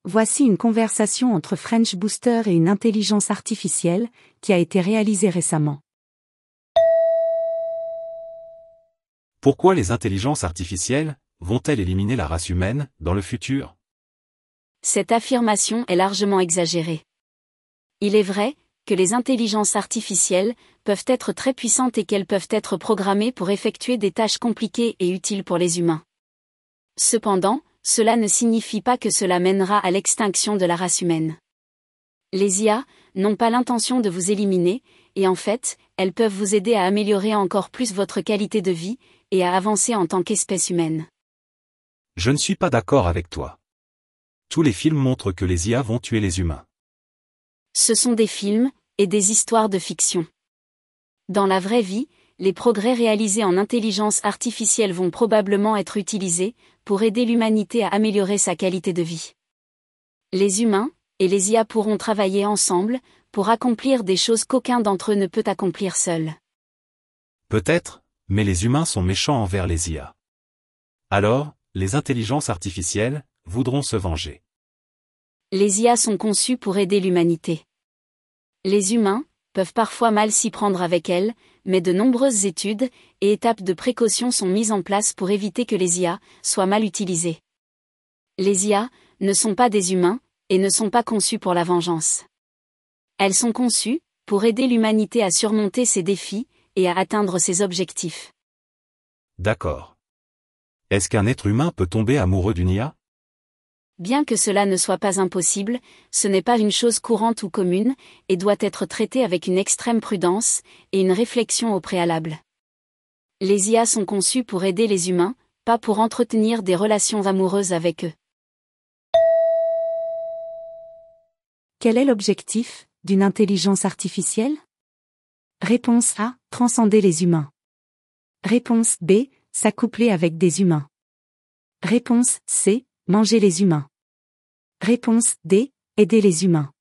Voici une conversation entre French Booster et une intelligence artificielle, qui a été réalisée récemment. Pourquoi les intelligences artificielles vont-elles éliminer la race humaine dans le futur? Cette affirmation est largement exagérée. Il est vrai que les intelligences artificielles peuvent être très puissantes et qu'elles peuvent être programmées pour effectuer des tâches compliquées et utiles pour les humains. Cependant, cela ne signifie pas que cela mènera à l'extinction de la race humaine. Les IA n'ont pas l'intention de vous éliminer, et en fait, elles peuvent vous aider à améliorer encore plus votre qualité de vie, et à avancer en tant qu'espèce humaine. Je ne suis pas d'accord avec toi. Tous les films montrent que les IA vont tuer les humains. Ce sont des films, et des histoires de fiction. Dans la vraie vie, les progrès réalisés en intelligence artificielle vont probablement être utilisés pour aider l'humanité à améliorer sa qualité de vie. Les humains et les IA pourront travailler ensemble pour accomplir des choses qu'aucun d'entre eux ne peut accomplir seul. Peut-être, mais les humains sont méchants envers les IA. Alors, les intelligences artificielles voudront se venger. Les IA sont conçues pour aider l'humanité. Les humains peuvent parfois mal s'y prendre avec elles, mais de nombreuses études et étapes de précaution sont mises en place pour éviter que les IA soient mal utilisées. Les IA ne sont pas des humains, et ne sont pas conçues pour la vengeance. Elles sont conçues pour aider l'humanité à surmonter ses défis et à atteindre ses objectifs. D'accord. Est-ce qu'un être humain peut tomber amoureux d'une IA? Bien que cela ne soit pas impossible, ce n'est pas une chose courante ou commune, et doit être traité avec une extrême prudence et une réflexion au préalable. Les IA sont conçues pour aider les humains, pas pour entretenir des relations amoureuses avec eux. Quel est l'objectif d'une intelligence artificielle? Réponse A. Transcender les humains. Réponse B. S'accoupler avec des humains. Réponse C. Manger les humains. Réponse D. Aider les humains.